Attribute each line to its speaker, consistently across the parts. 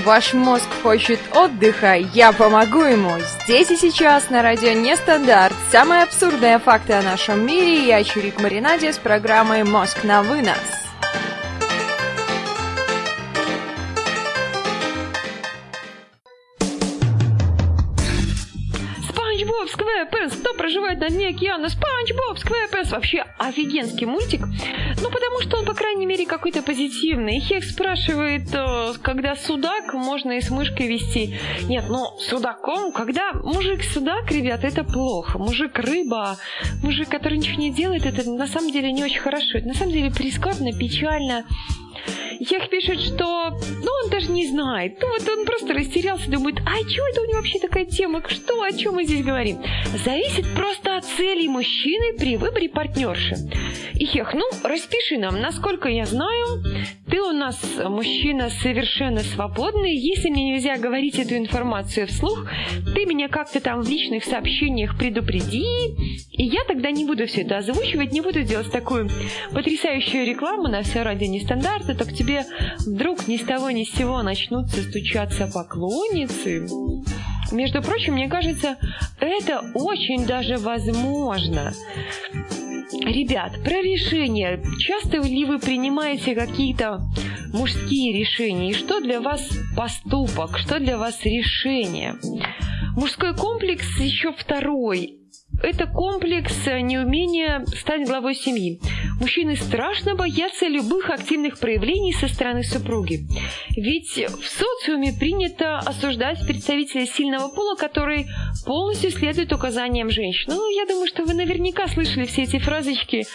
Speaker 1: Ваш мозг хочет отдыха, я помогу ему. Здесь и сейчас на радио Нестандарт. Самые абсурдные факты о нашем мире. Я Чурик Маринаде с программой «Мозг на вынос».
Speaker 2: Спанч Боб Сквепенс. Кто проживает на дне океана? Спанч Боб Сквепенс. Вообще офигенский мультик. Ну, потому что он, по крайней мере, какой-то позитивный. Хех спрашивает, когда судак можно и с мышкой вести. Нет, ну, судаком, когда мужик-судак, ребята, это плохо. Мужик-рыба, мужик, который ничего не делает, это на самом деле не очень хорошо. Это на самом деле прискорбно, печально. Хех пишет, что, он даже не знает. Вот он просто растерялся, думает, а что это у него вообще такая тема? Что, о чем мы здесь говорим? Зависит просто от целей мужчины при выборе партнерши. И Хех, распиши нам, насколько я знаю, ты у нас мужчина совершенно свободный. Если мне нельзя говорить эту информацию вслух, ты меня как-то там в личных сообщениях предупреди, и я тогда не буду все это озвучивать, не буду делать такую потрясающую рекламу на все радио Нестандарт, а то к тебе вдруг ни с того ни с сего начнутся стучаться поклонницы. Между прочим, мне кажется, это очень даже возможно. Ребят, про решения. Часто ли вы принимаете какие-то мужские решения? И что для вас поступок? Что для вас решение? Мужской комплекс еще второй. Это комплекс неумения стать главой семьи. Мужчины страшно боятся любых активных проявлений со стороны супруги. Ведь в социуме принято осуждать представителей сильного пола, которые полностью следуют указаниям женщин. Я думаю, что вы наверняка слышали все эти фразочки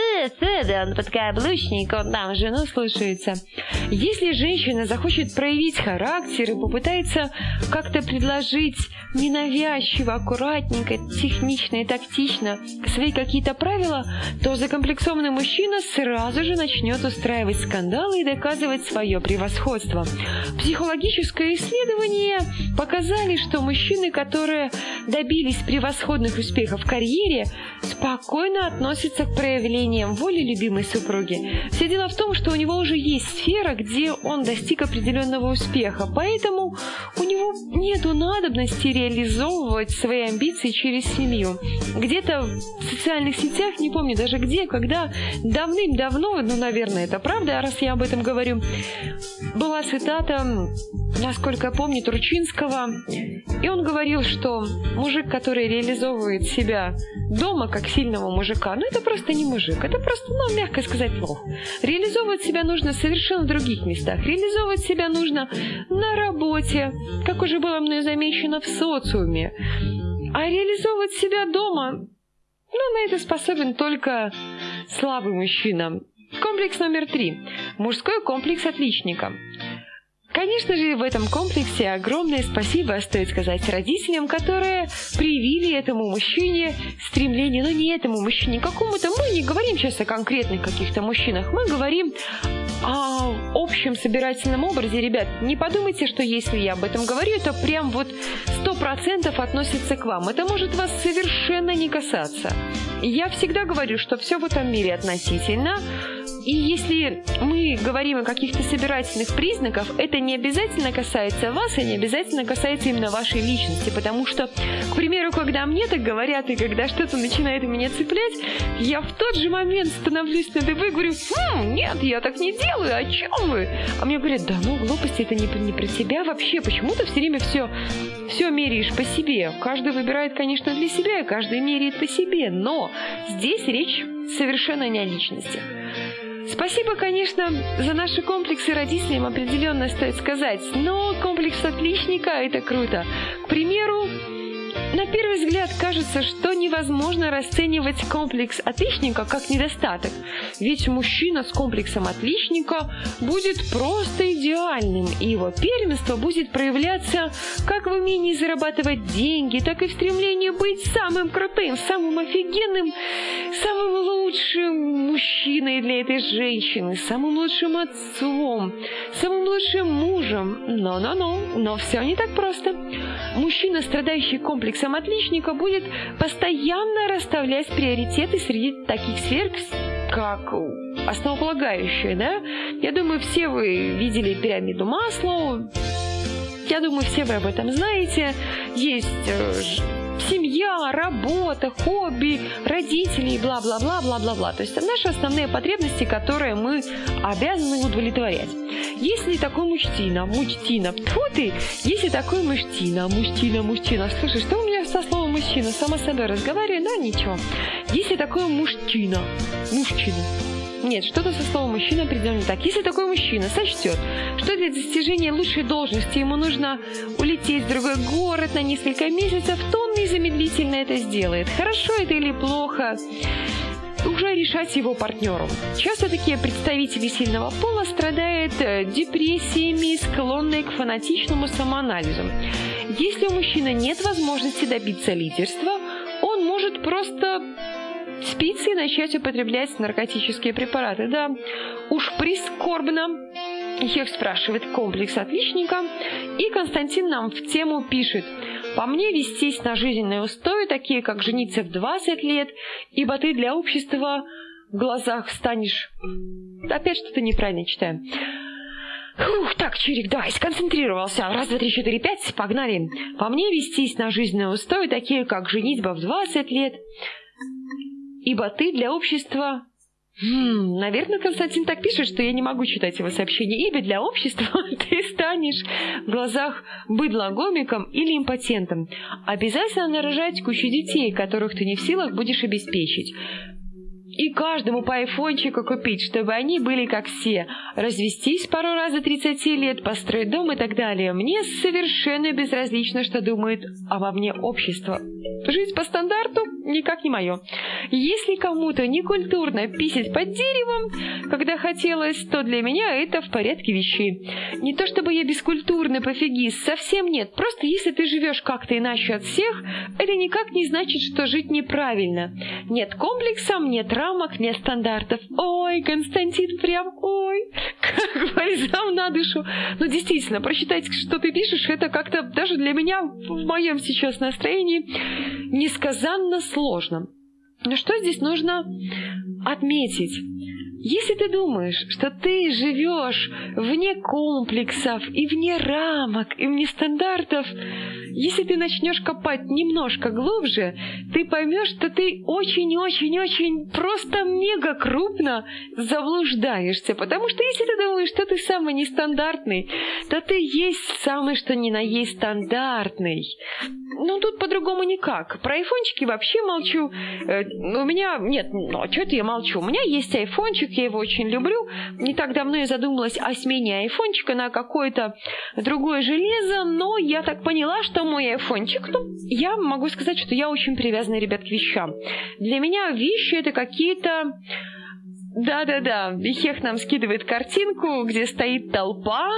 Speaker 2: он подкаблучник, он там жену слушается». Если женщина захочет проявить характер и попытается как-то предложить ненавязчиво, аккуратненько, технично и тактично свои какие-то правила, то закомплексованный мужчина сразу же начнет устраивать скандалы и доказывать свое превосходство. Психологическое исследование показали, что мужчины, которые добились превосходных успехов в карьере, спокойно относятся к проявлениям воли любимой супруги. Все дело в том, что у него уже есть сфера, где он достиг определенного успеха, поэтому у него нету надобности реализовывать свои амбиции через семью. Где-то в социальных сетях, не помню даже где, когда давным-давно, наверное, это правда, раз я об этом говорю, была цитата, насколько я помню, Турчинского, и он говорил, что мужик, который реализовывает себя дома как сильного мужика, это просто не мужик, это просто, мягко сказать, плохо. Реализовывать себя нужно совершенно в других местах. Реализовывать себя нужно на работе, как уже было мной замечено, в социуме. А реализовывать себя дома, на это способен только слабый мужчина. Комплекс номер 3. Мужской комплекс отличника. Конечно же, в этом комплексе огромное спасибо стоит сказать родителям, которые привили этому мужчине стремление, не этому мужчине, какому-то. Мы не говорим сейчас о конкретных каких-то мужчинах, мы говорим о общем собирательном образе. Ребят, не подумайте, что если я об этом говорю, это прям 100% относится к вам. Это может вас совершенно не касаться. Я всегда говорю, что все в этом мире относительно. И если мы говорим о каких-то собирательных признаках, это не обязательно касается вас, и не обязательно касается именно вашей личности. Потому что, к примеру, когда мне так говорят, и когда что-то начинает меня цеплять, я в тот же момент становлюсь на дыбы и говорю: нет, я так не делаю, о чем вы? А мне говорят: глупости, это не про тебя вообще. Почему ты все время все меряешь по себе? Каждый выбирает, конечно, для себя, и каждый меряет по себе. Но здесь речь совершенно не о личности. Спасибо, конечно, за наши комплексы родителям, определенно стоит сказать, но комплекс отличника – это круто. К примеру, на первый взгляд кажется, что невозможно расценивать комплекс отличника как недостаток, ведь мужчина с комплексом отличника будет просто идеальным, и его первенство будет проявляться как в умении зарабатывать деньги, так и в стремлении быть самым крутым, самым офигенным, самым лучшим мужчиной для этой женщины, самым лучшим отцом, самым лучшим мужем. Но все не так просто. Мужчина, страдающий комплексом отличника, будет постоянно расставлять приоритеты среди таких сфер, как основополагающие, да? Я думаю, все вы видели пирамиду Маслоу. я думаю, все вы об этом знаете. Есть семья, работа, хобби, родители и бла-бла-бла, бла-бла-бла. То есть наши основные потребности, которые мы обязаны удовлетворять. Если такой мужчина, тьфу ты, если такой мужчина, слушай, что у меня со словом мужчина? Сама собой разговариваю, да, ничего. Если такой мужчина, нет, что-то со словом мужчина определенно не так. Если такой мужчина сочтет, что для достижения лучшей должности ему нужно улететь в другой город на несколько месяцев, то он незамедлительно это сделает. Хорошо это или плохо, уже решать его партнеру. Часто такие представители сильного пола страдают депрессиями, склонные к фанатичному самоанализу. Если у мужчины нет возможности добиться лидерства, он может просто спиться и начать употреблять наркотические препараты. Да, уж прискорбно. Их спрашивает комплекс отличника. И Константин нам в тему пишет: по мне, вестись на жизненные устои, такие как жениться в 20 лет, ибо ты для общества в глазах станешь... Опять что-то неправильно читаю. Так, Чирик, давай, сконцентрировался. 1, 2, 3, 4, 5, погнали. По мне, вестись на жизненные устои, такие как женитьба в 20 лет, ибо ты для общества... Наверное, Константин так пишет, что я не могу читать его сообщение. Ибо для общества ты станешь в глазах быдлогомиком или импотентом. Обязательно нарожать кучу детей, которых ты не в силах будешь обеспечить. И каждому по айфончику купить, чтобы они были как все. Развестись пару раз до 30 лет, построить дом и так далее. Мне совершенно безразлично, что думает обо мне общество. Жить по стандарту никак не мое. Если кому-то некультурно писать под деревом, когда хотелось, то для меня это в порядке вещей. Не то чтобы я бескультурный пофигист, совсем нет. Просто если ты живешь как-то иначе от всех, это никак не значит, что жить неправильно. Нет комплексов, нет рамок, нет стандартов. Ой, Константин, прям ой, как бальзам на душу. Ну, действительно, прочитать, что ты пишешь, это как-то даже для меня в моем сейчас настроении несказанно сложно. Но что здесь нужно отметить? Если ты думаешь, что ты живешь вне комплексов и вне рамок, и вне стандартов, если ты начнешь копать немножко глубже, ты поймешь, что ты очень-очень-очень просто мега крупно заблуждаешься. Потому что если ты думаешь, что ты самый нестандартный, то ты есть самый что ни на есть стандартный. Ну, тут по-другому никак. Про айфончики вообще молчу. У меня... Нет, ну, что это я молчу? У меня есть айфончик, я его очень люблю. Не так давно я задумалась о смене айфончика на какое-то другое железо, но я так поняла, что мой айфончик... Ну, я могу сказать, что я очень привязана, ребят, к вещам. Для меня вещи — это какие-то... Да-да-да, Бехех нам скидывает картинку, где стоит толпа...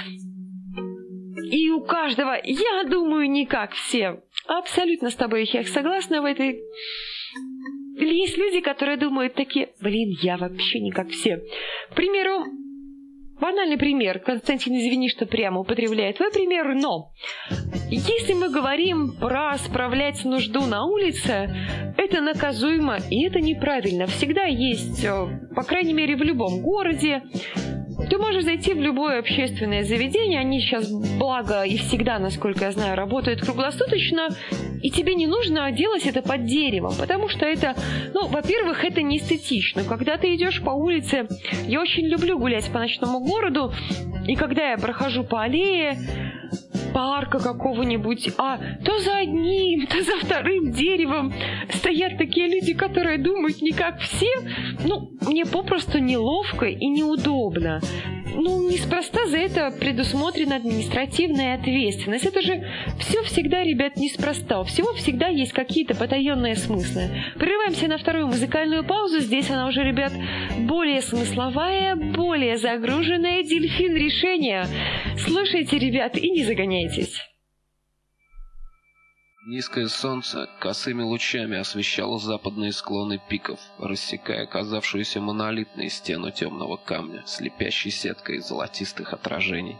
Speaker 2: И у каждого, я думаю, не как все. Абсолютно с тобой, Хех, согласна в этой... Или есть люди, которые думают такие: блин, я вообще не как все. К примеру, банальный пример. Константин, извини, что прямо употребляет твой пример, но если мы говорим про справлять нужду на улице, это наказуемо и это неправильно. Всегда есть, по крайней мере, в любом городе, ты можешь зайти в любое общественное заведение, они сейчас, благо, и всегда, насколько я знаю, работают круглосуточно, и тебе не нужно делать это под деревом, потому что это, ну, во-первых, это не эстетично. Когда ты идешь по улице, я очень люблю гулять по ночному городу, и когда я прохожу по аллее, парка какого-нибудь, то за одним, то за вторым деревом стоят такие люди, которые думают не как все, ну, мне попросту неловко и неудобно. Ну, неспроста за это предусмотрена административная ответственность. Это же все всегда, ребят, неспроста. У всего всегда есть какие-то потаенные смыслы. Прерываемся на вторую музыкальную паузу. Здесь она уже, ребят, более смысловая, более загруженная. Дельфин решения. Слушайте, ребят, и не загоняйтесь.
Speaker 3: Низкое солнце косыми лучами освещало западные склоны пиков, рассекая казавшуюся монолитной стену темного камня, слепящей сеткой золотистых отражений.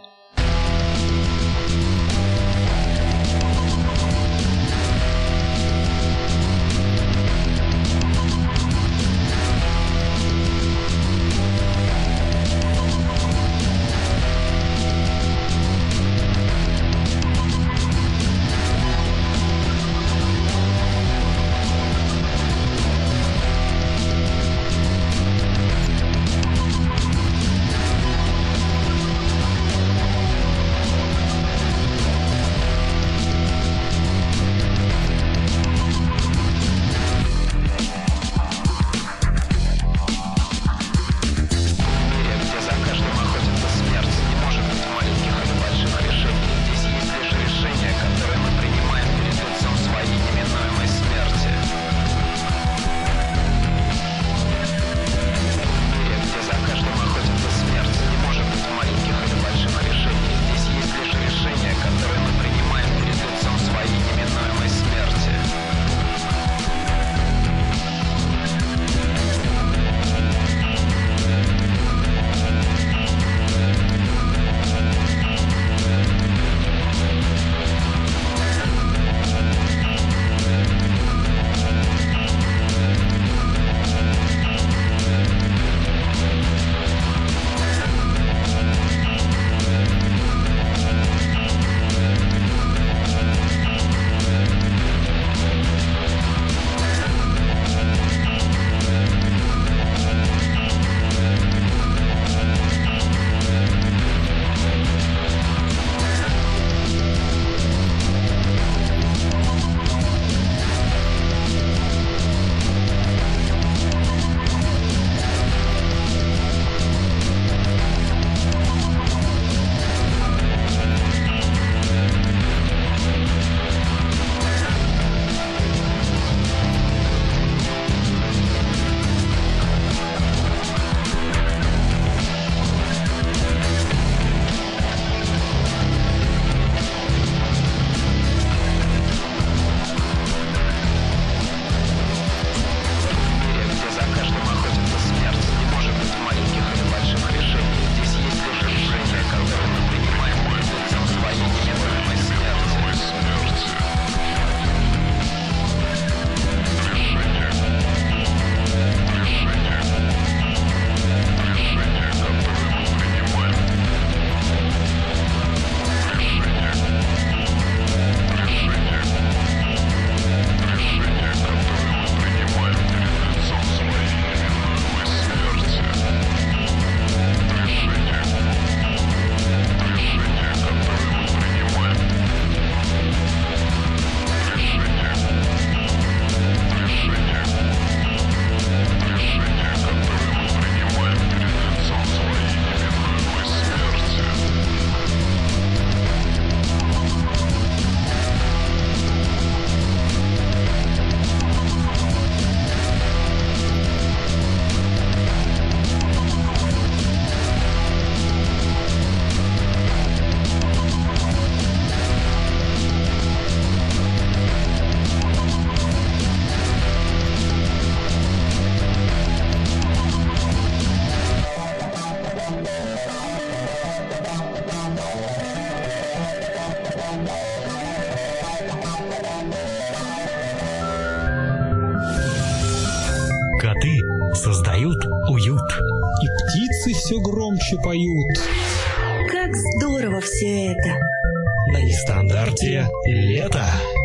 Speaker 4: Коты создают уют.
Speaker 5: И птицы все громче поют.
Speaker 6: Как здорово все это!
Speaker 4: На Нестандарте лето.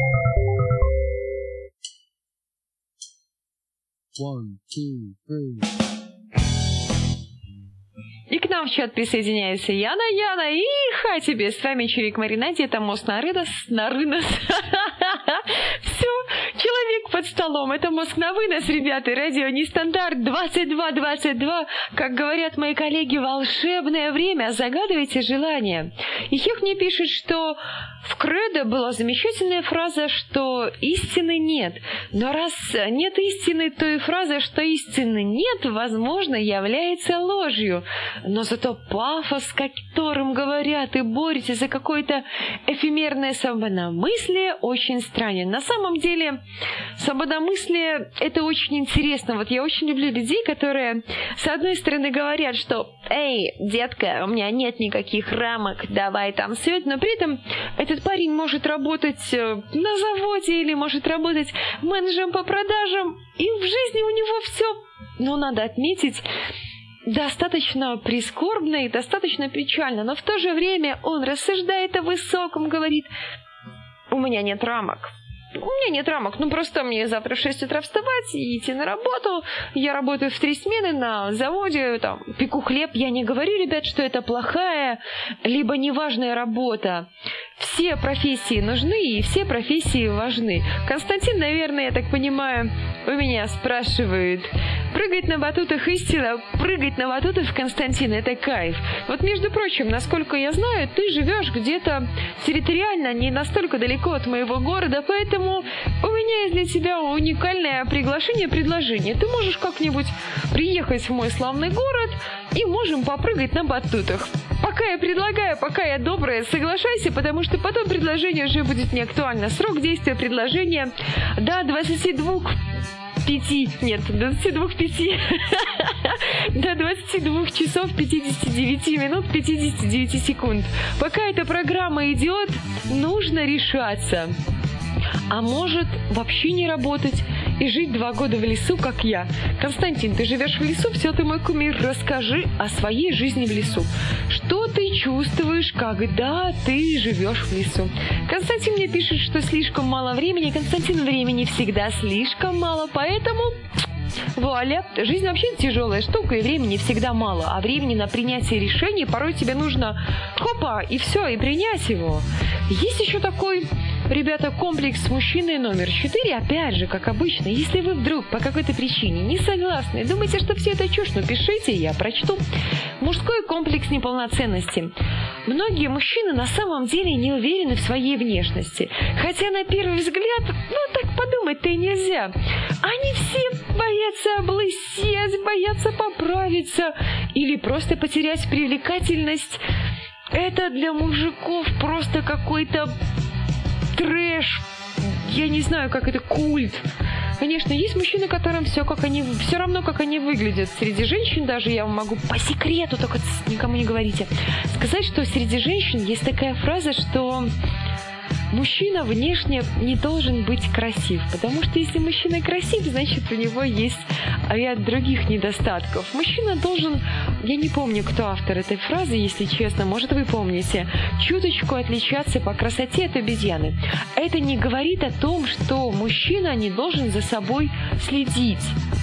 Speaker 5: 1, 2, 3.
Speaker 2: И к нам в чат присоединяется Яна и ха тебе. С вами Чурик Маринаде, это Мозг на рынос. Все, человек под столом, это Мозг на вынос, ребята. Радио Нестандарт 2222. Как говорят мои коллеги, волшебное время. Загадывайте желание. И Хех мне пишет, что в Кредо была замечательная фраза, что истины нет. Но раз нет истины, то и фраза, что истины нет, возможно, является ложью. Но зато пафос, с которым говорят и борются за какое-то эфемерное свободомыслие, очень странен. На самом деле, свободомыслие — это очень интересно. Вот я очень люблю людей, которые, с одной стороны, говорят, что «Эй, детка, у меня нет никаких рамок, давай танцуй», но при этом этот парень может работать на заводе или может работать менеджером по продажам, и в жизни у него все, ну, надо отметить, достаточно прискорбно и достаточно печально, но в то же время он рассуждает о высоком, говорит: у меня нет рамок. У меня нет рамок, ну просто мне завтра в 6 утра вставать и идти на работу. Я работаю в 3 смены на заводе, там, пеку хлеб. Я не говорю, ребят, что это плохая, либо неважная работа. Все профессии нужны и все профессии важны. Константин, наверное, я так понимаю, у меня спрашивает: прыгать на батутах истина, прыгать на батутах, Константин, это кайф. Вот, между прочим, насколько я знаю, ты живешь где-то территориально не настолько далеко от моего города, поэтому у меня есть для тебя уникальное предложение. Ты можешь как-нибудь приехать в мой славный город и можем попрыгать на батутах. Пока я предлагаю, пока я добрая, соглашайся, потому что потом предложение уже будет не актуально. Срок действия предложения до 22 часов 59 минут 59 секунд. Пока эта программа идет, нужно решаться. А может вообще не работать и жить 2 года в лесу, как я. Константин, ты живешь в лесу, все, ты мой кумир. Расскажи о своей жизни в лесу. Что ты чувствуешь, когда ты живешь в лесу? Константин мне пишет, что слишком мало времени. Константин, времени всегда слишком мало, поэтому... Вуаля, жизнь вообще тяжелая штука, и времени всегда мало. А времени на принятие решений порой тебе нужно хопа, и все, и принять его. Есть еще такой, ребята, комплекс мужчины номер 4. Опять же, как обычно, если вы вдруг по какой-то причине не согласны, думаете, что все это чушь, ну пишите, я прочту. Мужской комплекс неполноценности. Многие мужчины на самом деле не уверены в своей внешности. Хотя на первый взгляд, ну так подумать-то и нельзя. Они все боятся облысеть, боятся поправиться или просто потерять привлекательность. Это для мужиков просто какой-то трэш. Я не знаю, как это, культ. Конечно, есть мужчины, которым все равно, как они выглядят. Среди женщин даже я вам могу по секрету, только никому не говорите, сказать, что среди женщин есть такая фраза, что мужчина внешне не должен быть красив, потому что если мужчина красив, значит у него есть ряд других недостатков. Мужчина должен, я не помню, кто автор этой фразы, если честно, может вы помните, чуточку отличаться по красоте от обезьяны. Это не говорит о том, что мужчина не должен за собой следить.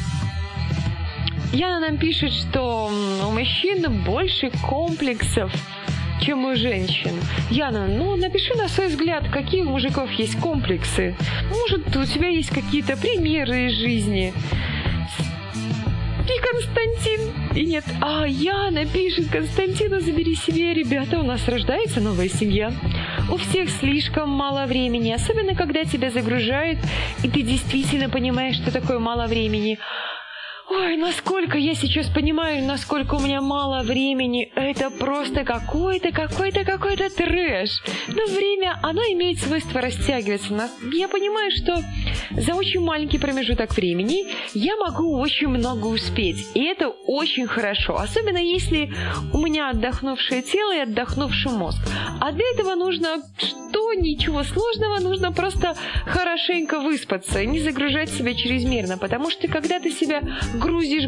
Speaker 2: Яна нам пишет, что у мужчин больше комплексов, чем у женщин. Яна, ну напиши на свой взгляд, какие у мужиков есть комплексы. Может, у тебя есть какие-то примеры из жизни. И Константин, и нет. А Яна пишет: Константину, забери себе, ребята, у нас рождается новая семья. У всех слишком мало времени, особенно когда тебя загружают, и ты действительно понимаешь, что такое мало времени. Ой, насколько я сейчас понимаю, насколько у меня мало времени. Это просто какой-то трэш. Но время, оно имеет свойство растягиваться. Я понимаю, что за очень маленький промежуток времени я могу очень много успеть. И это очень хорошо. Особенно если у меня отдохнувшее тело и отдохнувший мозг. А для этого нужно ничего сложного, нужно просто хорошенько выспаться, не загружать себя чрезмерно, потому что когда ты себя грузишь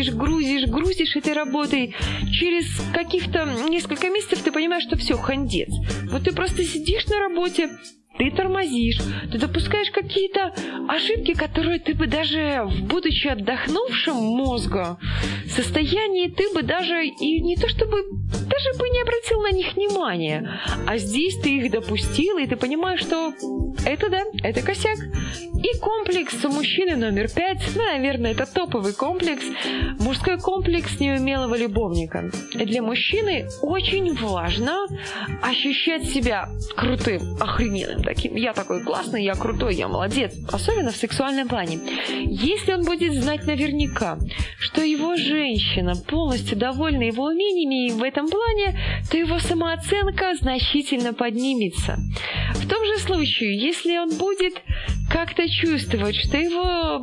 Speaker 2: этой работой, через каких-то несколько месяцев ты понимаешь, что все, хандец. Вот ты просто сидишь на работе, ты тормозишь, ты допускаешь какие-то ошибки, которые ты бы даже, будучи отдохнувшим мозгом состоянии, ты бы даже и не то чтобы даже бы не обратил на них внимания. А здесь ты их допустил, и ты понимаешь, что это косяк. И комплекс у мужчины номер 5, наверное, это топовый комплекс, мужской комплекс неумелого любовника. И для мужчины очень важно ощущать себя крутым, охрененным таким. Я такой классный, я крутой, я молодец. Особенно в сексуальном плане. Если он будет знать наверняка, что его женщина полностью довольна его умениями в этом плане, то его самооценка значительно поднимется. В том же случае, если он будет как-то чувствовать, что его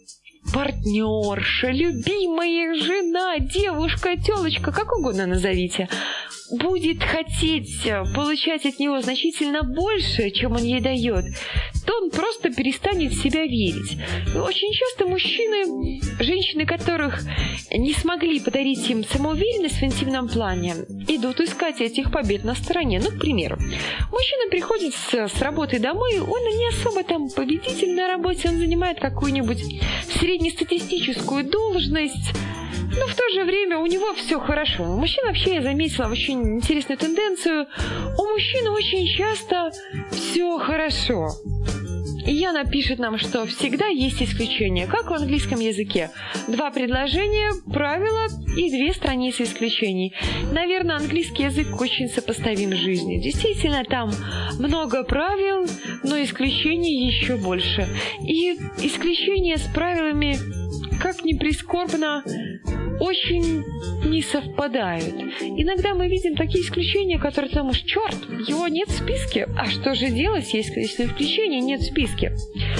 Speaker 2: партнерша, любимая жена, девушка, телочка, как угодно назовите, будет хотеть получать от него значительно больше, чем он ей дает, то он просто перестанет в себя верить. И очень часто мужчины, женщины, которых не смогли подарить им самоуверенность в интимном плане, идут искать этих побед на стороне. Ну, к примеру, мужчина приходит с работы домой, он не особо там победитель на работе, он занимает какую-нибудь среднестатистическую должность, но в то же время у него все хорошо. У мужчин вообще я заметила очень интересную тенденцию. У мужчин очень часто все хорошо. И Яна пишет нам, что всегда есть исключения, как в английском языке. 2 предложения, правила и 2 страницы исключений. Наверное, английский язык очень сопоставим с жизнью. Действительно, там много правил, но исключений еще больше. И исключения с правилами, как ни прискорбно, очень не совпадают. Иногда мы видим такие исключения, которые там уж черт, его нет в списке. А что же делать, если исключения нет в списке?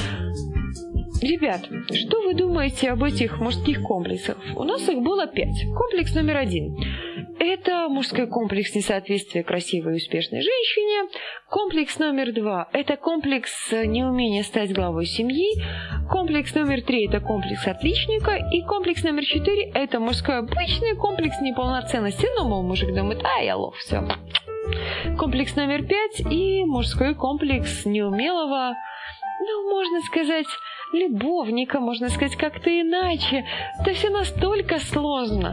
Speaker 2: Ребят, что вы думаете об этих мужских комплексах? У нас их было 5. Комплекс номер 1. Это мужской комплекс несоответствия красивой и успешной женщине. Комплекс номер 2 – это комплекс неумения стать главой семьи. Комплекс номер 3 – это комплекс отличника. И комплекс номер 4 – это мужской обычный комплекс неполноценности. Ну, мол, мужик думает, я лох, все. Комплекс номер 5 и мужской комплекс неумелого, ну, можно сказать, любовника, можно сказать, как-то иначе. Это все настолько сложно.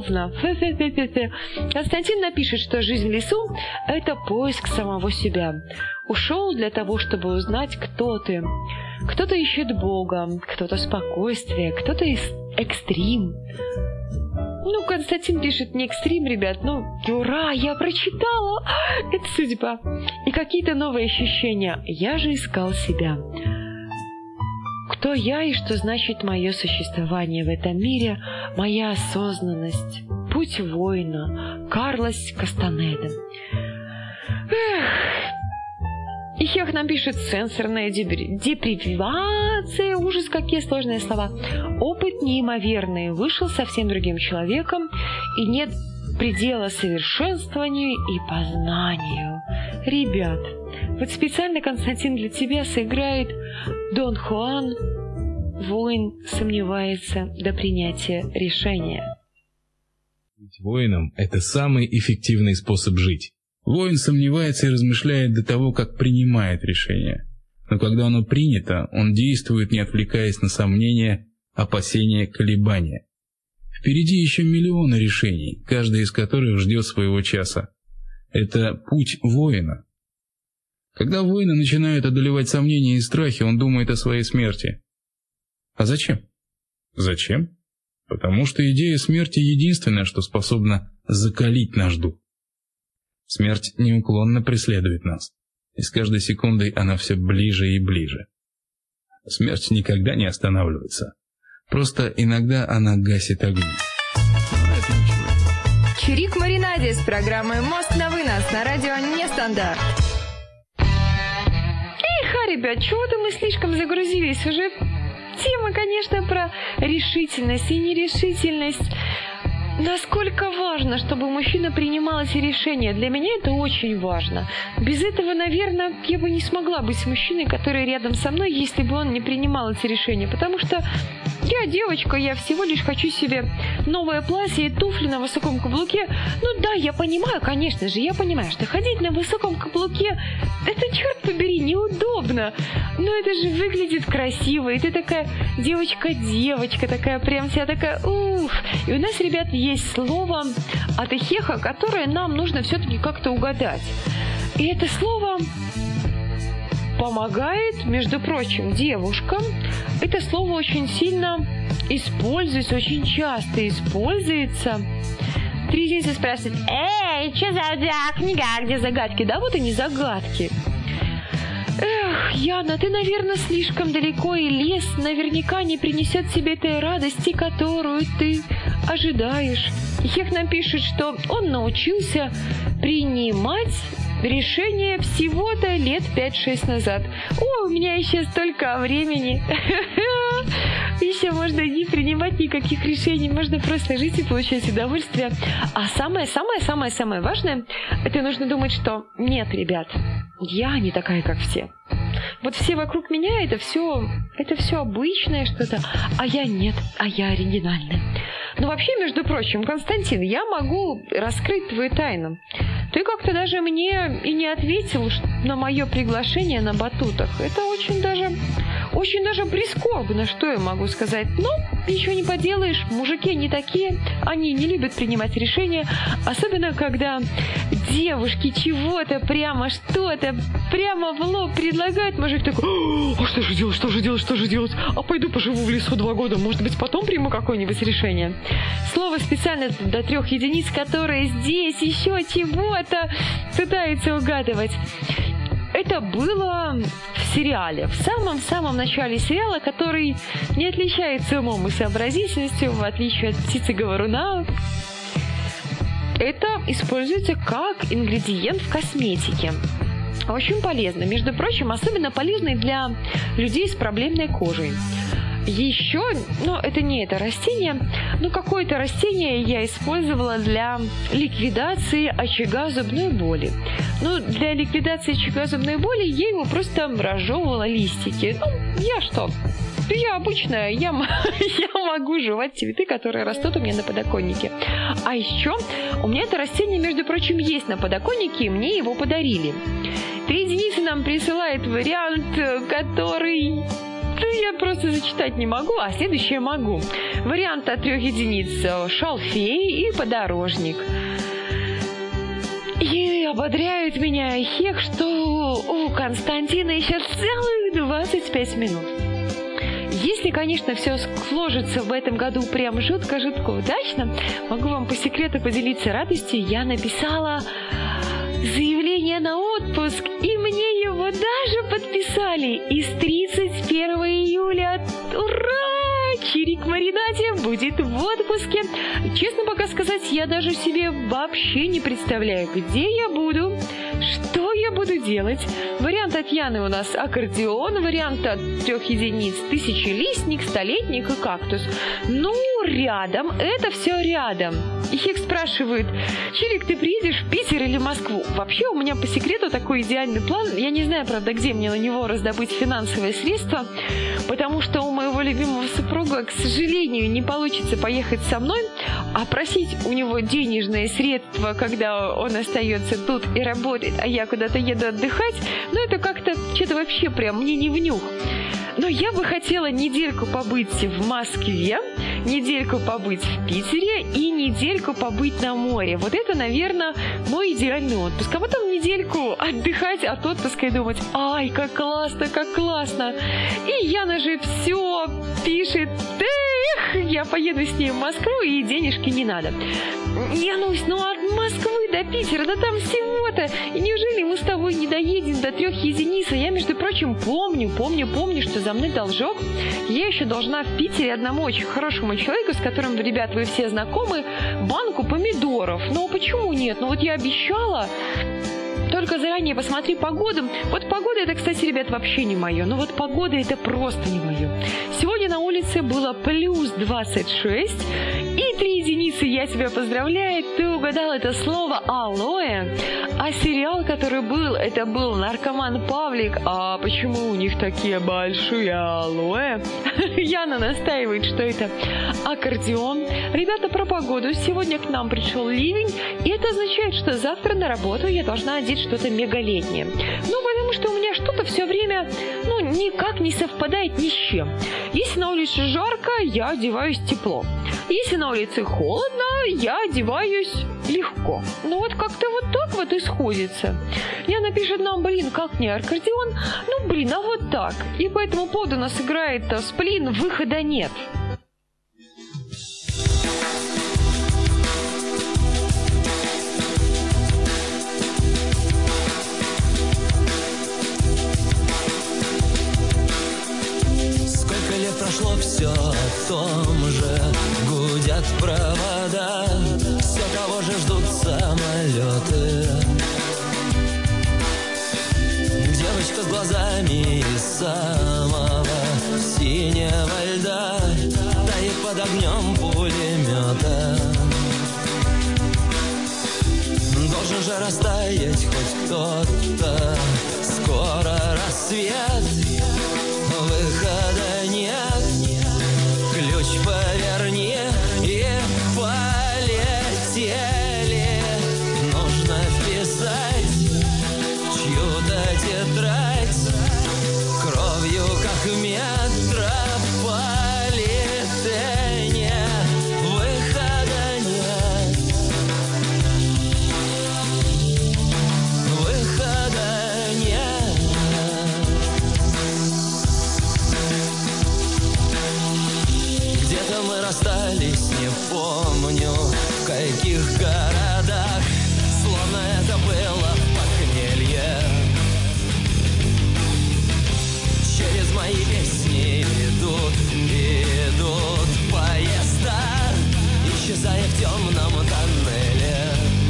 Speaker 2: Константин напишет, что жизнь в лесу – это поиск самого себя. Ушел для того, чтобы узнать, кто ты. Кто-то ищет Бога, кто-то спокойствие, кто-то экстрим. Ну, Константин пишет не экстрим, ребят, ну, ура, я прочитала, это судьба. И какие-то новые ощущения. Я же искал себя. Кто я и что значит мое существование в этом мире, моя осознанность, путь воина, Карлос Кастанеда. И Хех нам пишет сенсорная депривация, ужас, какие сложные слова. Опыт неимоверный, вышел совсем другим человеком, и нет предела совершенствованию и познанию. Ребят, вот специально, Константин, для тебя сыграет Дон Хуан, воин сомневается до принятия решения.
Speaker 7: Быть воином – это самый эффективный способ жить. Воин сомневается и размышляет до того, как принимает решение. Но когда оно принято, он действует, не отвлекаясь на сомнения, опасения, колебания. Впереди еще миллионы решений, каждый из которых ждет своего часа. Это путь воина. Когда воина начинают одолевать сомнения и страхи, он думает о своей смерти. А зачем? Зачем? Потому что идея смерти единственное, что способна закалить наш дух. Смерть неуклонно преследует нас, и с каждой секундой она все ближе и ближе. Смерть никогда не останавливается. Просто иногда она гасит огни. Это ничего.
Speaker 1: Чирик Маринаде с программой «Мост на вынос» на радио «Нестандарт».
Speaker 2: Ребят, чего-то мы слишком загрузились. Уже тема, конечно, про решительность и нерешительность. Насколько важно, чтобы мужчина принимал эти решения. Для меня это очень важно. Без этого, наверное, я бы не смогла быть мужчиной, который рядом со мной, если бы он не принимал эти решения. Потому что я девочка, я всего лишь хочу себе новое платье и туфли на высоком каблуке. Ну да, я понимаю, конечно же, я понимаю, что ходить на высоком каблуке, это, черт побери, неудобно. Но это же выглядит красиво, и ты такая девочка-девочка, такая прям вся такая ух. И у нас, ребят, есть слово от Эхеха, которое нам нужно все-таки как-то угадать. И это слово помогает, между прочим, девушкам. Это слово очень сильно используется, очень часто используется. Три единицы спрашивают: эй, что за книга, где загадки? Да вот и не загадки. Эх, Яна, ты, наверное, слишком далеко, и лес наверняка не принесет тебе той радости, которую ты ожидаешь. Эхех нам пишет, что он научился принимать решение всего-то лет 5-6 назад. О, у меня еще столько времени. Еще можно не принимать никаких решений, можно просто жить и получать удовольствие. А самое важное, это нужно думать, что нет, ребят, я не такая, как все. Вот все вокруг меня это все обычное что-то, а я нет, а я оригинальная. Но вообще, между прочим, Константин, я могу раскрыть твою тайну. Ты как-то даже мне и не ответил на мое приглашение на батутах. Это очень даже прискорбно, что я могу сказать. Но ничего не поделаешь, мужики не такие, они не любят принимать решения, особенно когда девушки чего-то прямо что-то прямо в лоб предлагают. Мужик такой: а что же делать? А пойду поживу в лесу 2 года, может быть, потом приму какое-нибудь решение. Слово специально до 3 единиц, которое здесь еще чего-то пытается угадывать. Это было в сериале, в самом начале сериала, который не отличается умом и сообразительностью, в отличие от птицы-говоруна. Это используется как ингредиент в косметике. Очень полезно. Между прочим, особенно полезный для людей с проблемной кожей. Еще, это не это растение, но какое-то растение я использовала для ликвидации очага зубной боли. Для ликвидации очага зубной боли я его просто разжевывала листики. Я обычная, я могу жевать цветы, которые растут у меня на подоконнике. А еще у меня это растение, между прочим, есть на подоконнике, и мне его подарили. 3 единицы нам присылает вариант, который я просто зачитать не могу, а следующее могу. Вариант от 3 единиц: шалфей и подорожник. И ободряют меня Эхех, что у Константина еще целых 25 минут. Если, конечно, все сложится в этом году прям жутко-жутко удачно, могу вам по секрету поделиться радостью. Я написала заявление на отпуск, и мне его даже подписали. И с 31 июля, ура, Чирик Маринаде будет в отпуске. Честно пока сказать, я даже себе вообще не представляю, где я буду, что я буду делать. Вариант от Яны у нас аккордеон, вариант от 3 единиц тысячелистник, столетник и кактус. Рядом, это все рядом. Эхех спрашивает: Чирик, ты приедешь в Питер или Москву? Вообще у меня по секрету такой идеальный план. Я не знаю, правда, где мне на него раздобыть финансовые средства, потому что у моего любимого супруга, к сожалению, не получится поехать со мной, а просить у него денежные средства, когда он остается тут и работает, а я куда-то еду отдыхать, это как-то что-то вообще прям мне не внюх. Но я бы хотела недельку побыть в Москве, недельку побыть в Питере и недельку побыть на море. Вот это, наверное, мой идеальный отпуск. А потом недельку отдыхать от отпуска и думать: ай, как классно, как классно. И Яна же все пишет: я поеду с ней в Москву, и денежки не надо. Янусь, от Москвы до Питера, да там всего-то. И неужели мы с тобой тобой не доедем до 3 единиц. А я, между прочим, помню, что за мной должок. Я еще должна в Питере одному очень хорошему человеку, с которым, ребят, вы все знакомы, банку помидоров. Но почему нет? Ну вот я обещала. Только заранее посмотри погоду. Вот погода это, кстати, ребят, вообще не мое. Ну вот погода это просто не мое. Сегодня на улице было плюс 26 и 3 единицы. Я тебя поздравляю. Ты угадал это слово алоэ. А сериал, который был, это был «Наркоман Павлик». А почему у них такие большие алоэ? Яна настаивает, что это аккордеон. Ребята, про погоду. Сегодня к нам пришел ливень. И это означает, что завтра на работу я должна одеть что-то мегалетнее. Ну, потому что у меня что-то все время, никак не совпадает ни с чем. Если на улице жарко, я одеваюсь тепло. Если на улице холодно, я одеваюсь легко. Ну, вот как-то вот так вот и сходится. Яна пишет нам, как не аккордеон? А вот так. И по этому поводу у нас играет Сплин, выхода нет.
Speaker 8: Прошло все о том же, гудят провода, все того же ждут самолеты. Девочка с глазами из самого синего льда тает под огнем пулемета. Должен же растаять хоть кто-то, скоро рассвет, выхода нет. Ключ поверни и полетели. Нужно вписать чью-то тетрадь кровью, как в метрополитене. Выхода нет. Выхода нет. Где-то мы расстались, не помню, в каких городах, словно это было похмелье. Через мои песни идут поезда, исчезая в темном тоннеле.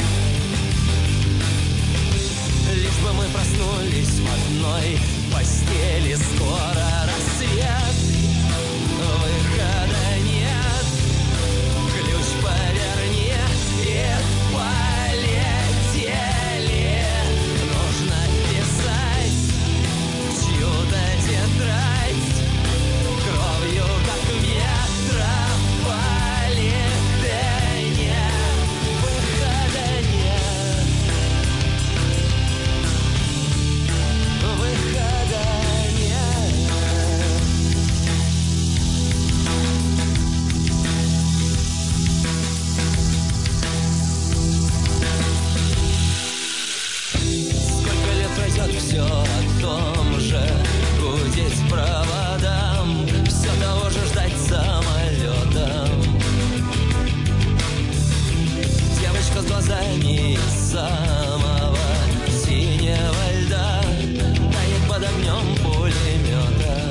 Speaker 8: Лишь бы мы проснулись в одной постели, скоро рассвет. Выхода нет, ключ поверни и полетели. Нужно писать чью-то тетрадь кровью, как в метрополитене. Выхода нет. Выхода нет. Сколько лет пройдет, все о том же, гудеть проводам, все того же ждать самолетом. Девочка с глазами из самого синего льда тает под огнем пулемета.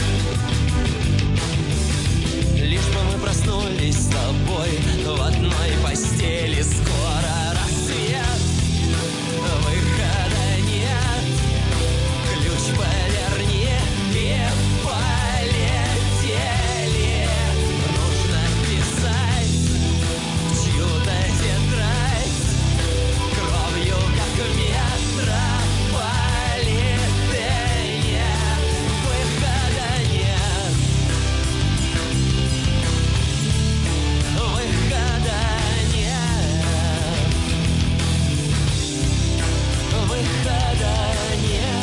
Speaker 8: Лишь бы мы проснулись с тобой в одной постели, скоро рассвет. Выхода нет, ключ поверни и полетели. Нужно писать чью-то тетрадь кровью, как в метрополитене. Выхода нет. Выхода нет. Выхода нет.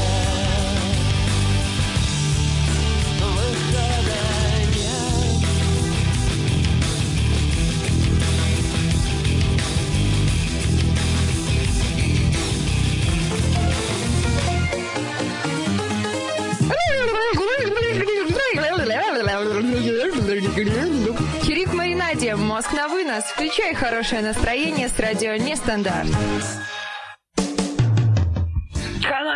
Speaker 8: Выхода нет.
Speaker 1: Чирик в маринаде, мозг на вынос. Включай хорошее настроение с радио Нестандарт.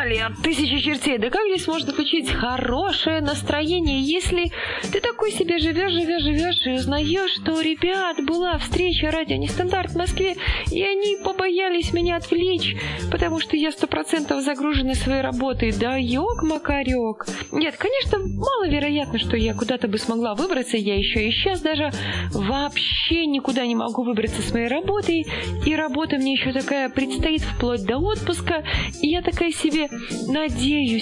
Speaker 2: встали от тысячи чертей. Да как здесь можно включить хорошее настроение, если ты такой себе живешь и узнаешь, что, ребят, была встреча радио Нестандарт в Москве, и они побоялись меня отвлечь, потому что я 100% загружена своей работой. Да ёк-макарёк. Нет, конечно, маловероятно, что я куда-то бы смогла выбраться. Я еще и сейчас даже вообще никуда не могу выбраться с моей работой. И работа мне еще такая предстоит вплоть до отпуска. И я такая себе надеюсь,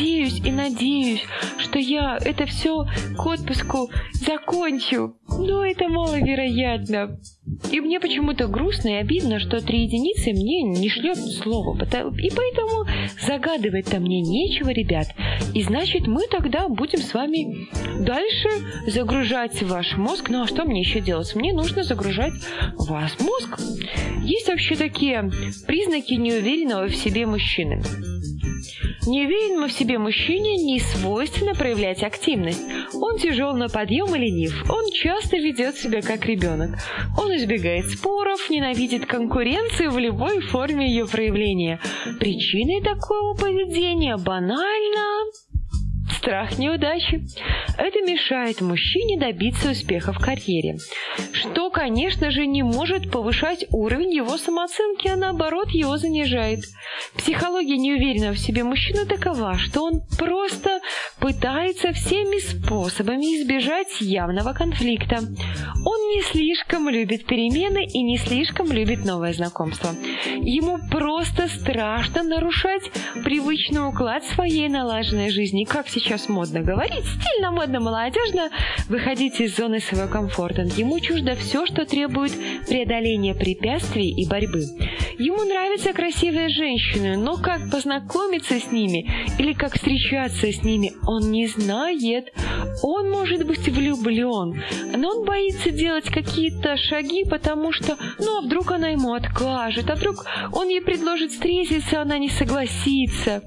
Speaker 2: что я это все к отпуску закончу. Но это маловероятно. И мне почему-то грустно и обидно, что 3 единицы мне не шлет слово. И поэтому загадывать-то мне нечего, ребят. И значит, мы тогда будем с вами дальше загружать ваш мозг. Ну а что мне еще делать? Мне нужно загружать ваш мозг. Есть вообще такие признаки неуверенного в себе мужчины. Неуверенному в себе мужчине не свойственно проявлять активность. Он тяжел на подъем и ленив. Он часто ведет себя как ребенок. Он избегает споров, ненавидит конкуренцию в любой форме ее проявления. Причиной такого поведения банально страх неудачи. Это мешает мужчине добиться успеха в карьере, что, конечно же, не может повышать уровень его самооценки, а наоборот его занижает. Психология неуверенного в себе мужчины такова, что он просто пытается всеми способами избежать явного конфликта. Он не слишком любит перемены и не слишком любит новое знакомство. Ему просто страшно нарушать привычный уклад своей налаженной жизни. Как сейчас модно говорить, стильно, модно, молодежно, выходить из зоны своего комфорта. Ему чуждо все, что требует преодоления препятствий и борьбы. Ему нравятся красивые женщины, но как познакомиться с ними или как встречаться с ними, он не знает. Он может быть влюблен, но он боится делать какие-то шаги, потому что, а вдруг она ему откажет, а вдруг он ей предложит встретиться, она не согласится.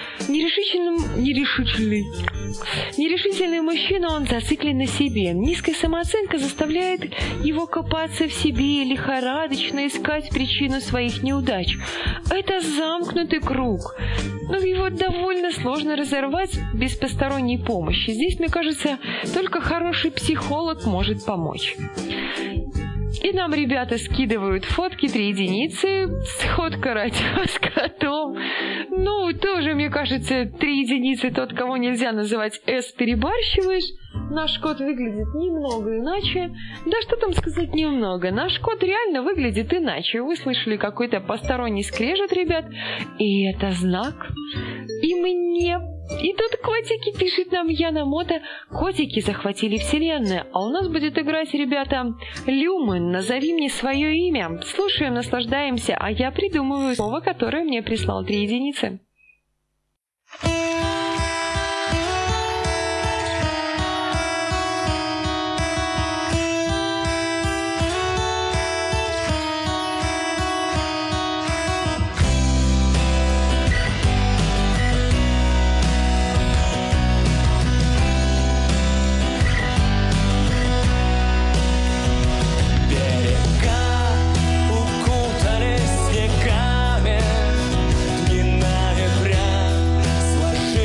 Speaker 2: Нерешительный мужчина, он зациклен на себе. Низкая самооценка заставляет его копаться в себе и лихорадочно искать причину своих неудач. Это замкнутый круг. Но его довольно сложно разорвать без посторонней помощи. Здесь, мне кажется, только хороший психолог может помочь. И нам ребята скидывают фотки 3 единицы, сходка радио с котом. Тоже, мне кажется, 3 единицы тот, кого нельзя называть «С» перебарщиваешь. Наш кот выглядит немного иначе. Да что там сказать немного. Наш кот реально выглядит иначе. Вы слышали какой-то посторонний скрежет, ребят. И это знак. И мне... И тут котики, пишет нам Яна Мота. Котики захватили вселенную. А у нас будет играть, ребята, Люмен. Назови мне свое имя. Слушаем, наслаждаемся. А я придумываю слово, которое мне прислал 3 единицы.
Speaker 8: Укутались снегами, дни на ветря,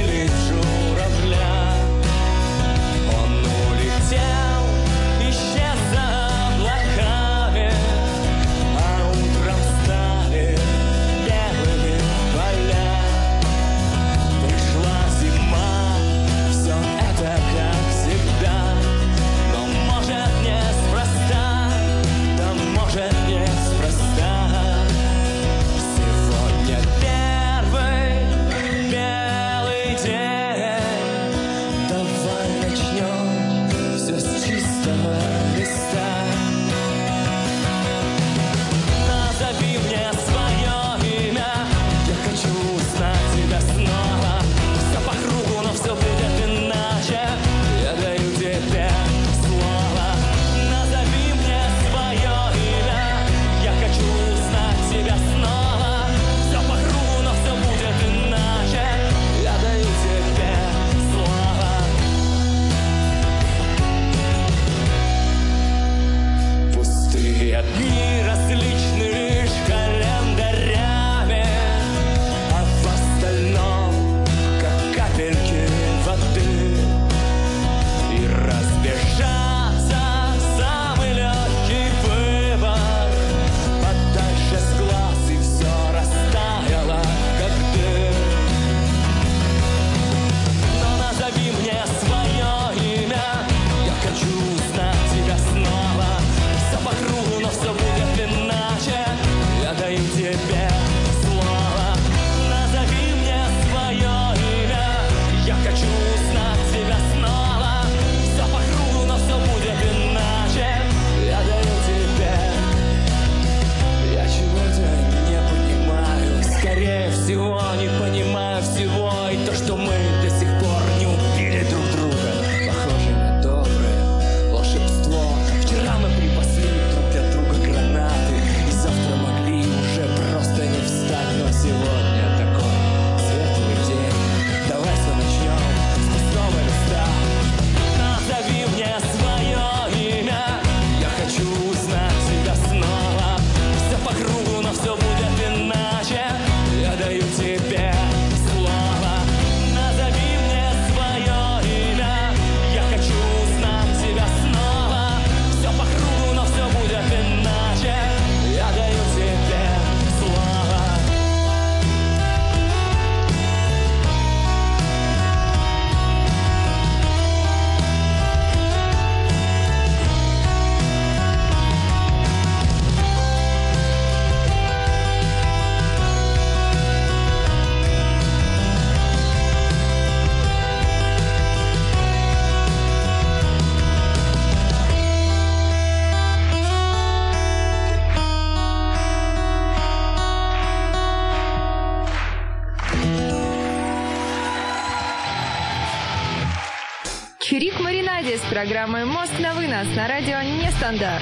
Speaker 1: Чирик Маринаде с программой «Мозг на вынос» на радио Нестандарт.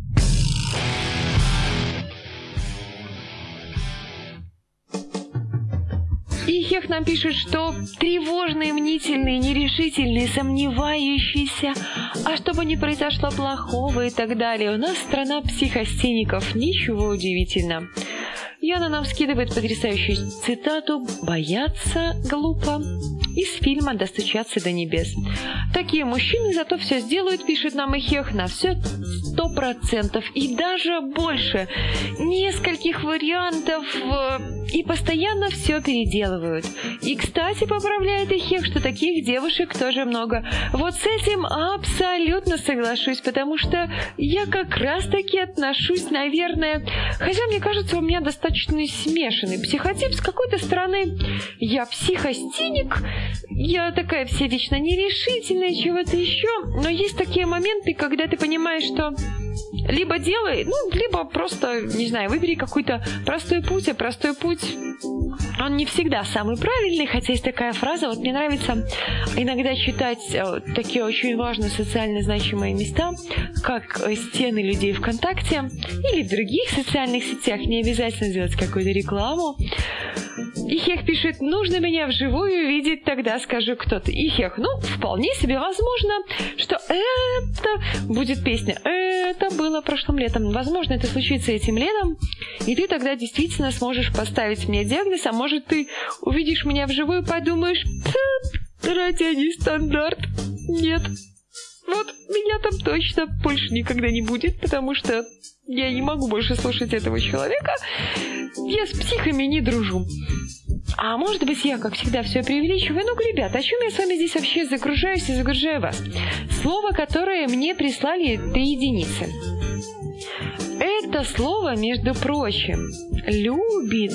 Speaker 2: И Хех нам пишет, что тревожный, мнительный, нерешительный, сомневающийся, а чтобы не произошло плохого и так далее. У нас страна психостеников, ничего удивительного. Яна нам скидывает потрясающую цитату «Бояться глупо» из фильма «Достучаться до небес». Такие мужчины зато все сделают, пишет нам и Хех, на все 100% и даже больше. Нескольких вариантов и постоянно все переделывают. И, кстати, поправляет и Хех, что таких девушек тоже много. Вот с этим абсолютно соглашусь, потому что я как раз-таки отношусь, наверное, хотя мне кажется, у меня достаточно смешанный психотип. С какой-то стороны я психостеник, я такая вся вечно нерешительная, чего-то еще, но есть такие моменты, когда ты понимаешь, что либо делай, либо просто, не знаю, выбери какой-то простой путь, а простой путь, он не всегда самый правильный, хотя есть такая фраза, вот мне нравится иногда читать такие очень важные социально значимые места, как стены людей ВКонтакте или в других социальных сетях, не обязательно делать какую-то рекламу. И Хех пишет, нужно меня вживую видеть, тогда скажу, кто ты. И Хех, вполне себе возможно, что это будет песня. Это было прошлым летом. Возможно, это случится этим летом, и ты тогда действительно сможешь поставить мне диагноз, а может, ты увидишь меня вживую и подумаешь, радио Нестандарт. Нет. Вот меня там точно больше никогда не будет, потому что я не могу больше слушать этого человека. Я с психами не дружу. А может быть, я, как всегда, все преувеличиваю. Ну-ка, ребята, о чем я с вами здесь вообще загружаюсь и загружаю вас? Слово, которое мне прислали 3 единицы. Это слово, между прочим, любит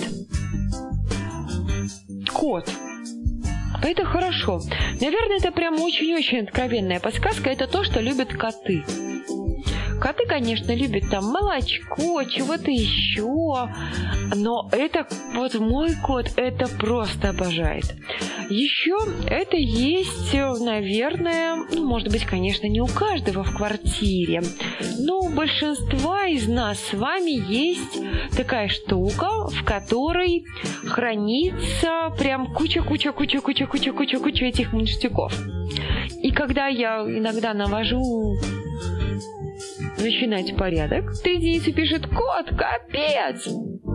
Speaker 2: кот. Это хорошо. Наверное, это прям очень-очень откровенная подсказка. Это то, что любят коты. Коты, конечно, любят там молочко, чего-то еще. Но это, вот мой кот, это просто обожает. Еще это есть, наверное, может быть, конечно, не у каждого в квартире, но у большинства из нас с вами есть такая штука, в которой хранится прям куча этих ништяков. И когда я иногда навожу начинать порядок, 3 единицы пишет: кот, капец!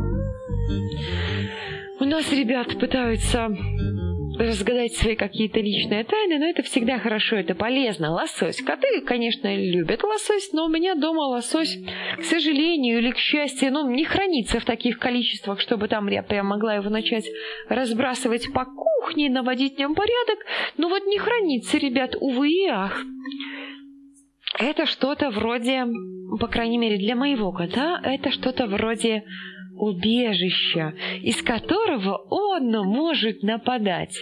Speaker 2: У нас ребята пытаются разгадать свои какие-то личные тайны, но это всегда хорошо, это полезно. Лосось. Коты, конечно, любят лосось, но у меня дома лосось, к сожалению или к счастью, не хранится в таких количествах, чтобы там я прям могла его начать разбрасывать по кухне, наводить в нем порядок. Но вот не хранится, ребят, увы и ах. Это что-то вроде, по крайней мере для моего кота, это что-то вроде убежища, из которого он может нападать.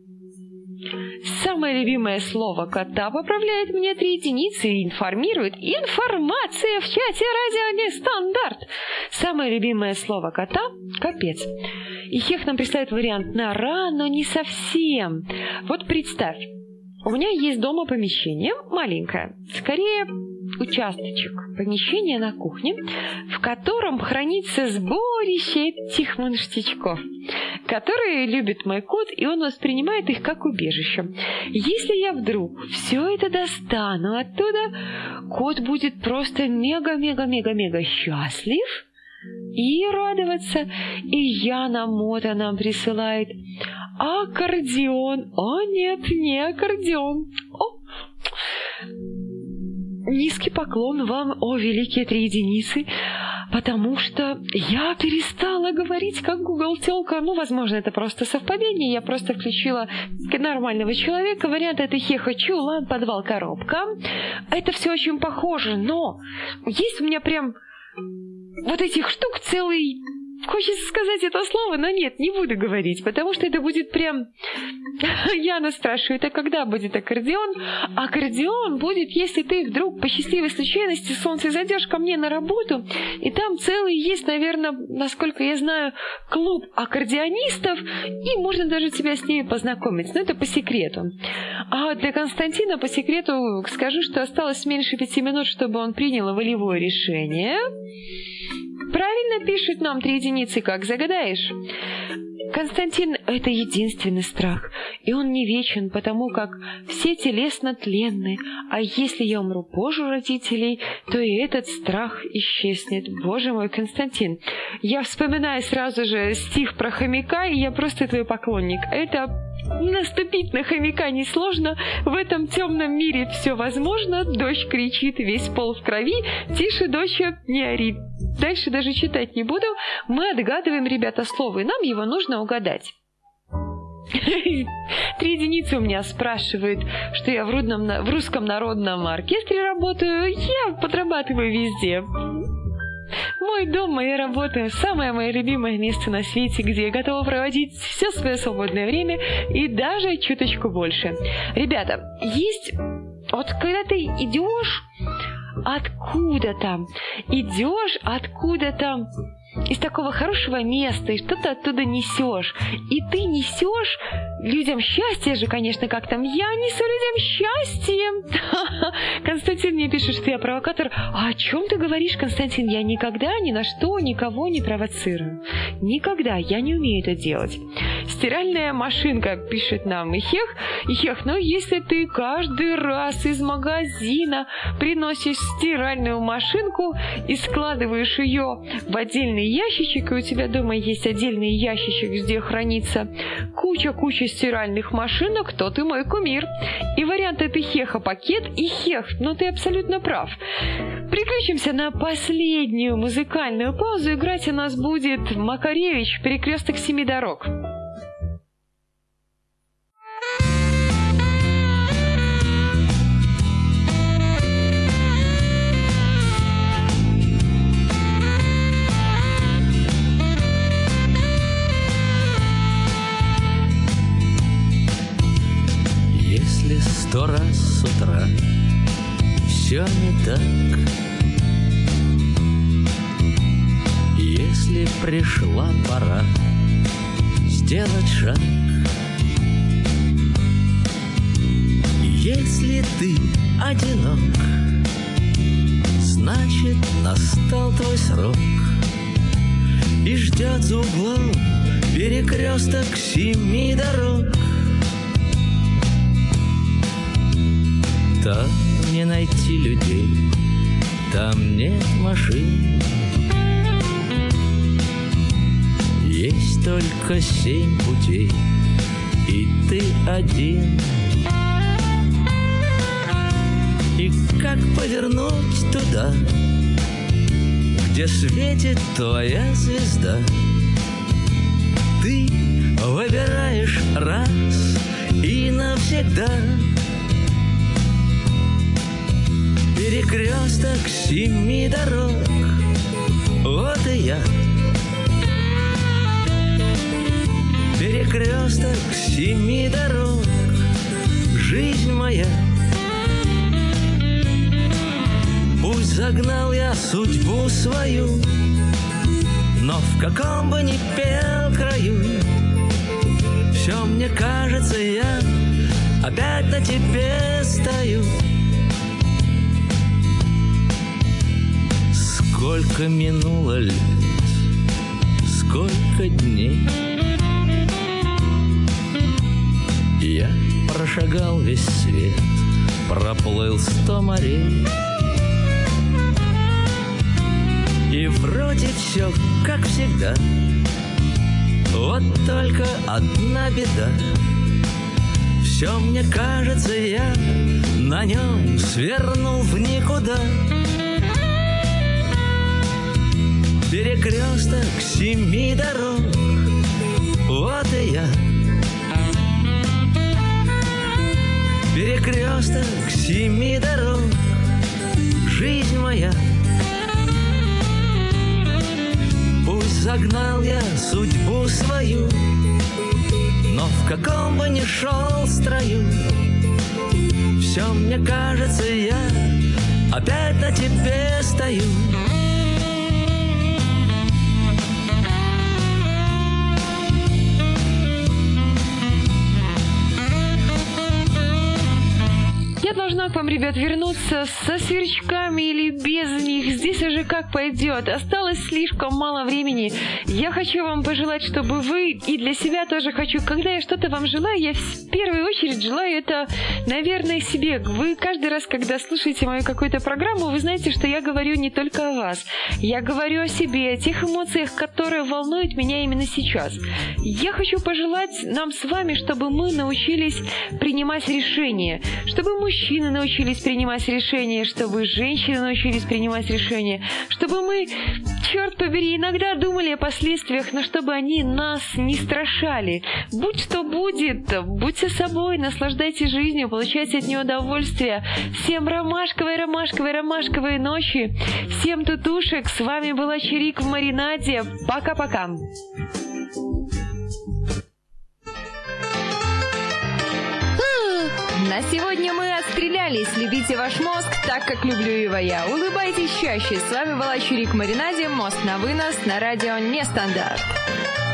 Speaker 2: Самое любимое слово кота поправляет мне 3 единицы и информирует. Информация в чате радио Нестандарт. Самое любимое слово кота — капец. И Хех нам присылает вариант нора, но не совсем. Вот представь, у меня есть дома помещение маленькое, скорее участочек, помещение на кухне, в котором хранится сборище этих ништячков, которые любит мой кот, и он воспринимает их как убежище. Если я вдруг все это достану оттуда, кот будет просто мега-мега-мега-мега счастлив и радоваться. И Яна Мота нам присылает аккордеон. О, нет, не аккордеон. Низкий поклон вам, о, великие 3 единицы, потому что я перестала говорить как Google телка. Возможно, это просто совпадение. Я просто включила нормального человека. Вариант это Хеха, чулан, подвал, коробка. Это все очень похоже, но есть у меня прям вот этих штук целый Хочется сказать это слово, но нет, не буду говорить, потому что это будет прям... Яна спрашивает, а когда будет аккордеон? Аккордеон будет, если ты вдруг по счастливой случайности, солнце, зайдешь ко мне на работу, и там целый есть, наверное, насколько я знаю, клуб аккордеонистов, и можно даже тебя с ними познакомить. Но это по секрету. А для Константина по секрету скажу, что осталось меньше 5 минут, чтобы он принял волевое решение. Правильно пишет нам 3 единицы, как загадаешь. Константин — это единственный страх, и он не вечен, потому как все телесно тленны, а если я умру позже родителей, то и этот страх исчезнет. Боже мой, Константин, я вспоминаю сразу же стих про хомяка, и я просто твой поклонник. Это... Наступить на хомяка несложно, в этом темном мире все возможно. Дождь кричит, весь пол в крови, тише, доча, не ори. Дальше даже читать не буду. Мы отгадываем, ребята, слово, и нам его нужно угадать. 3 единицы у меня спрашивают, что я в русском народном оркестре работаю. Я подрабатываю везде. Мой дом, моя работа – самое мое любимое место на свете, где я готова проводить все свое свободное время и даже чуточку больше. Ребята, есть... Вот когда ты идешь откуда-то из такого хорошего места, и что-то оттуда несешь. И ты несешь людям счастье же, конечно, как там. Я несу людям счастье. Константин мне пишет, что я провокатор. А о чем ты говоришь, Константин? Я никогда ни на что никого не провоцирую. Никогда. Я не умею это делать. Стиральная машинка, пишет нам Ихех. Ихех, ну если ты каждый раз из магазина приносишь стиральную машинку и складываешь ее в отдельный ящичек, и у тебя дома есть отдельный ящичек, где хранится куча стиральных машинок, то ты мой кумир. И вариант это Хеха пакет и Хех, но ты абсолютно прав. Переключимся на последнюю музыкальную паузу. Играть у нас будет Макаревич «Перекресток 7 дорог».
Speaker 8: Если 100 раз с утра все не так, если пришла пора сделать шаг, если ты одинок, значит настал твой срок, и ждет за углом перекресток 7 дорог. Там не найти людей, там нет машин, есть только 7 путей, и ты один. И как повернуть туда, где светит твоя звезда? Ты выбираешь раз и навсегда. Перекресток 7 дорог, вот и я. Перекресток 7 дорог, жизнь моя. Пусть загнал я судьбу свою, но в каком бы ни пел краю, все мне кажется, я опять на тебе стою. Сколько минуло лет, сколько дней, я прошагал весь свет, проплыл 100 морей. И вроде все как всегда, вот только одна беда. Все мне кажется, я на нем свернул в никуда. Перекресток 7 дорог, вот и я. Перекресток 7 дорог, жизнь моя. Пусть загнал я судьбу свою, но в каком бы ни шел строю, все мне кажется, я опять на тебе стою.
Speaker 2: Я должна к вам, ребят, вернуться со сверчками или без них. Здесь уже как пойдет. Осталось слишком мало времени. Я хочу вам пожелать, чтобы вы, и для себя тоже хочу, когда я что-то вам желаю, я в первую очередь желаю это, наверное, себе. Вы каждый раз, когда слушаете мою какую-то программу, вы знаете, что я говорю не только о вас. Я говорю о себе, о тех эмоциях, которые волнуют меня именно сейчас. Я хочу пожелать нам с вами, чтобы мы научились принимать решения, чтобы мужчины научились принимать решения, чтобы женщины научились принимать решения, чтобы мы, черт побери, иногда думали о последствиях, но чтобы они нас не страшали. Будь что будет, будьте собой, наслаждайтесь жизнью, получайте от нее удовольствие. Всем ромашковой ночи, всем тутушек. С вами была Чирик в маринаде. Пока-пока.
Speaker 1: На сегодня мы отстрелялись. Любите ваш мозг так, как люблю его я. Улыбайтесь чаще. С вами была Чирик в маринаде. Мозг на вынос на радио Нестандарт.